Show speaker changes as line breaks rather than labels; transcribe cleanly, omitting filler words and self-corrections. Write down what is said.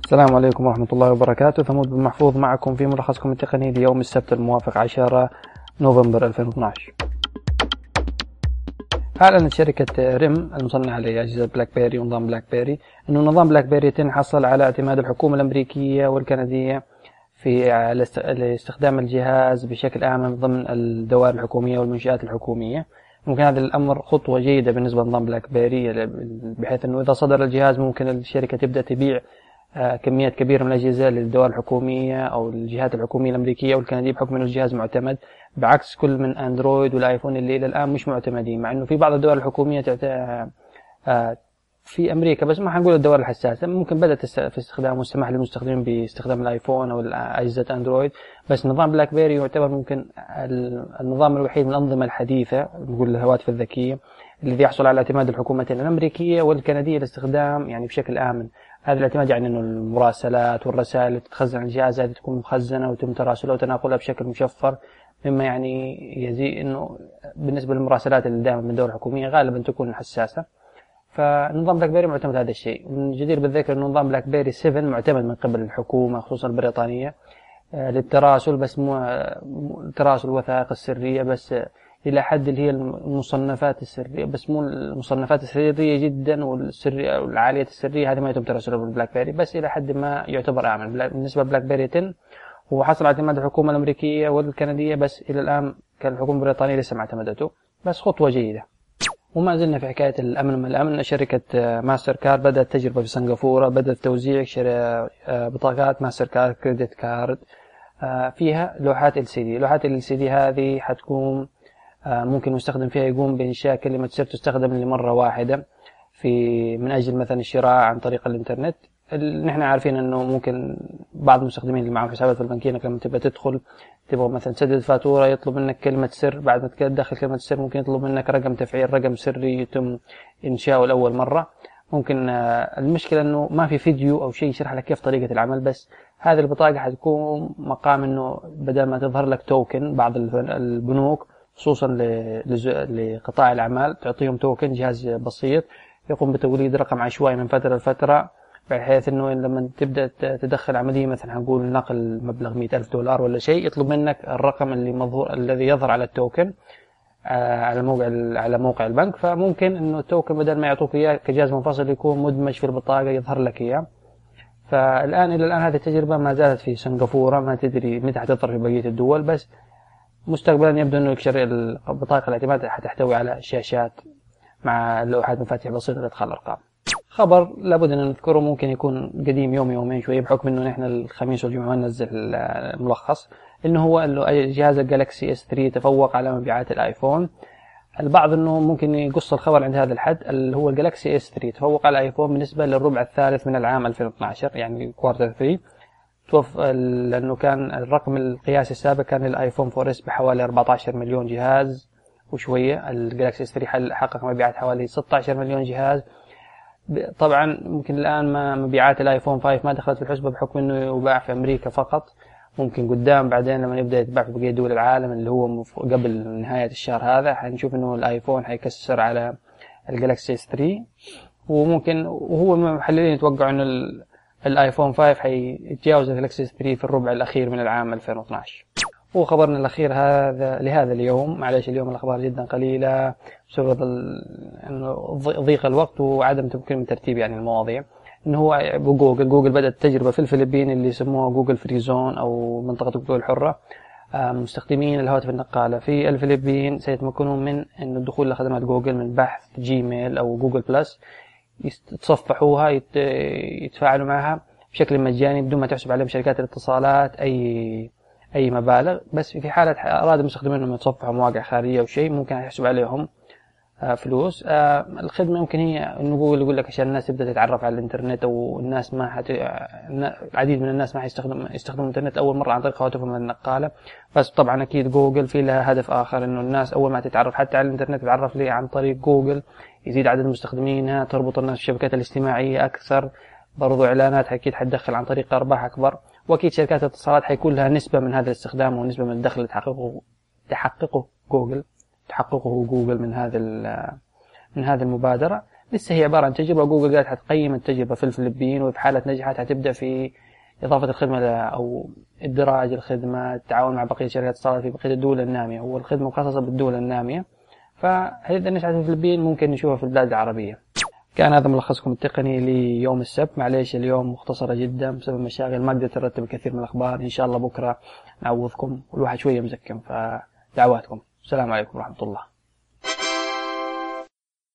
السلام عليكم ورحمة الله وبركاته. ثمود بن محفوظ معكم في ملخصكم التقني ليوم السبت الموافق 10 نوفمبر 2012. أعلنت شركة ريم المصنعة لأجهزة بلاك بيري ونظام بلاك بيري أنه نظام بلاك بيري 10 حصل على اعتماد الحكومة الأمريكية والكندية في استخدام الجهاز بشكل آمن ضمن الدوائر الحكومية والمنشآت الحكومية. ممكن هذا الأمر خطوة جيدة بالنسبة لنظام بلاك بيري، بحيث أنه إذا صدر الجهاز ممكن الشركة تبدأ تبيع كميات كبيرة من الأجهزة للدوائر الحكومية أو الجهات الحكومية الأمريكية والكندية، بحكم أنه الجهاز معتمد، بعكس كل من أندرويد والآيفون اللي إلى الآن مش معتمدين. مع أنه في بعض الدول الحكومية في أمريكا، بس ما حنقول الدول الحساسة، ممكن بدأت في استخدامه والسماح للمستخدمين باستخدام الآيفون أو أجهزة أندرويد. بس نظام بلاك بيري يعتبر ممكن النظام الوحيد من الأنظمة الحديثة، نقول الهواتف الذكية، الذي يحصل على اعتماد الحكومتين الأمريكية والكندية لاستخدام يعني بشكل آمن. هذا الاعتماد يعني أنه المراسلات والرسائل اللي تتخزن على الجهاز هذه تكون مخزنة وتم تراسلها وتناقلها بشكل مشفر، مما يعني يزيد أنه بالنسبة للمراسلات اللي دائما من الدول الحكومية غالبا تكون حساسة. فنظام بلاك بيري معتمد هذا الشيء. من الجدير بالذكر أنه نظام بلاك بيري 7 معتمد من قبل الحكومة خصوصا البريطانية للتراسل، بس مو التراسل الوثائق السرية بس إلى حد اللي هي المصنفات السرية، بس مو المصنفات السرية جدا والسرية والعالية السرية، هذه ما يتم تراسلها بالبلاك بيري، بس إلى حد ما يعتبر آمن. بالنسبة لبلاك بيري 10 هو حصل على اعتماد الحكومة الأمريكية والكندية، بس إلى الآن كان الحكومة البريطانية لسه ما اعتمدته، بس خطوة جيدة. وما زلنا في حكاية الأمن من الأمن. شركة ماستر كارد بدأت تجربة في سنغافورة، بدأت توزيع بطاقات ماستر كارد كريدت كارد فيها لوحات LCD. لوحات LCD هذه حتكون ممكن المستخدم فيها يقوم بإنشاء كلمة سر تستخدم لمرة واحدة من أجل مثلا الشراء عن طريق الإنترنت. نحن عارفين أنه ممكن بعض المستخدمين اللي معهم حسابات في البنكية لما تبغى تدخل تبغى مثلا تسدد فاتورة يطلب منك كلمة سر، بعد ما تدخل كلمة السر ممكن يطلب منك رقم تفعيل، رقم سري يتم إنشاؤه لأول مرة. ممكن المشكلة أنه ما في فيديو أو شيء يشرح لك كيف طريقة العمل، بس هذه البطاقة حتكون مقام أنه بدل ما تظهر لك توكن، بعض البنوك خصوصا لقطاع الأعمال تعطيهم توكن، جهاز بسيط يقوم بتوليد رقم عشوائي من فترة لفترة، بحيث أنه لما تبدأ تدخل عملية مثلا هنقول نقل مبلغ $100,000 ولا شيء، يطلب منك الرقم الذي يظهر على التوكن على موقع البنك. فممكن أنه التوكن بدل ما يعطوك إياه كجهاز منفصل يكون مدمج في البطاقة يظهر لك إياه. إلى الآن هذه التجربة ما زالت في سنغافورة، ما تدري متى حتظهر في بقية الدول، بس مستقبلا يبدو أنه بطاقة الاعتماد حتحتوي على شاشات مع لوحات مفاتيح بسيطة لإدخال الأرقام. خبر لابد أن نذكره، ممكن يكون قديم يومين شوية بحكم أنه نحن الخميس والجمعة ننزل الملخص، إنه هو جهاز الجالكسي S3 تفوق على مبيعات الآيفون. البعض أنه ممكن يقص الخبر عند هذا الحد، اللي هو الجالكسي S3 تفوق على الآيفون بالنسبة للربع الثالث من العام 2012، يعني كوارتر 3، لأنه كان الرقم القياسي السابق كان للآيفون 4S بحوالي 14 مليون جهاز وشوية. الجالكسي S3 حقق مبيعات حوالي 16 مليون جهاز. طبعا ممكن الآن ما مبيعات الآيفون 5 ما دخلت في الحسبة بحكم أنه يباع في أمريكا فقط، ممكن قدام بعدين لما يبدأ يتباع في بقية دول العالم اللي هو قبل نهاية الشهر هذا حنشوف أنه الآيفون حيكسر على الجالكسي S3. وممكن وهو المحللين يتوقعوا أنه الآيفون 5 حيتجاوز الجالكسي S3 في الربع الأخير من العام 2012. وخبرنا الأخير هذا لهذا اليوم، معلش اليوم الأخبار جدا قليلة بسبب ضيق الوقت وعدم تمكن من ترتيب يعني المواضيع. إنه هو جوجل بدأت تجربة في الفلبين اللي يسموها جوجل فري زون أو منطقة جوجل الحرة. مستخدمين الهواتف النقالة في الفلبين سيتمكنون من إنه الدخول لخدمات جوجل من بحث جيميل أو جوجل بلس، يتصفحوها يتفاعلوا معها بشكل مجاني بدون ما تحسب عليهم شركات الاتصالات أي مبالغ. بس في حالة أراد المستخدمين أنهم يتصفحوا مواقع خارجية أو شيء ممكن يحسب عليهم فلوس. الخدمة يمكن هي إنه جوجل يقول لك عشان الناس تبدأ تتعرف على الإنترنت، أو الناس العديد من الناس ما يستخدموا الإنترنت أول مرة عن طريق هواتفهم النقالة. بس طبعا أكيد جوجل في لها هدف آخر، إنه الناس أول ما تتعرف حتى على الإنترنت تتعرف ليه عن طريق جوجل، يزيد عدد المستخدمينها، تربط الناس بالشبكات الاجتماعية أكثر، برضو إعلانات أكيد حتدخل عن طريق أرباح أكبر، وأكيد شركات الاتصالات حيكون لها نسبة من هذا الاستخدام ونسبة من الدخل اللي تحققه جوجل من هذه المبادرة. لسه هي عبارة عن تجربة. جوجل قالت حتقيم التجربة في الفلبين، وفي حالة نجحت حتبدأ في إضافة الخدمة أو إدراج الخدمة، التعاون مع بقية شركات الاتصالات في بقية الدول النامية. هو الخدمة مخصصة بالدول النامية، فإذا نجحت في الفلبين ممكن نشوفها في البلاد العربية. كان هذا ملخصكم التقني ليوم السبت. معليش اليوم مختصرة جدا بسبب مشاغل، ما قدرت أرتب الكثير من الأخبار. إن شاء الله بكرة نعوضكم، والواحد شوية مزكم، فدعواتكم. السلام عليكم ورحمة الله.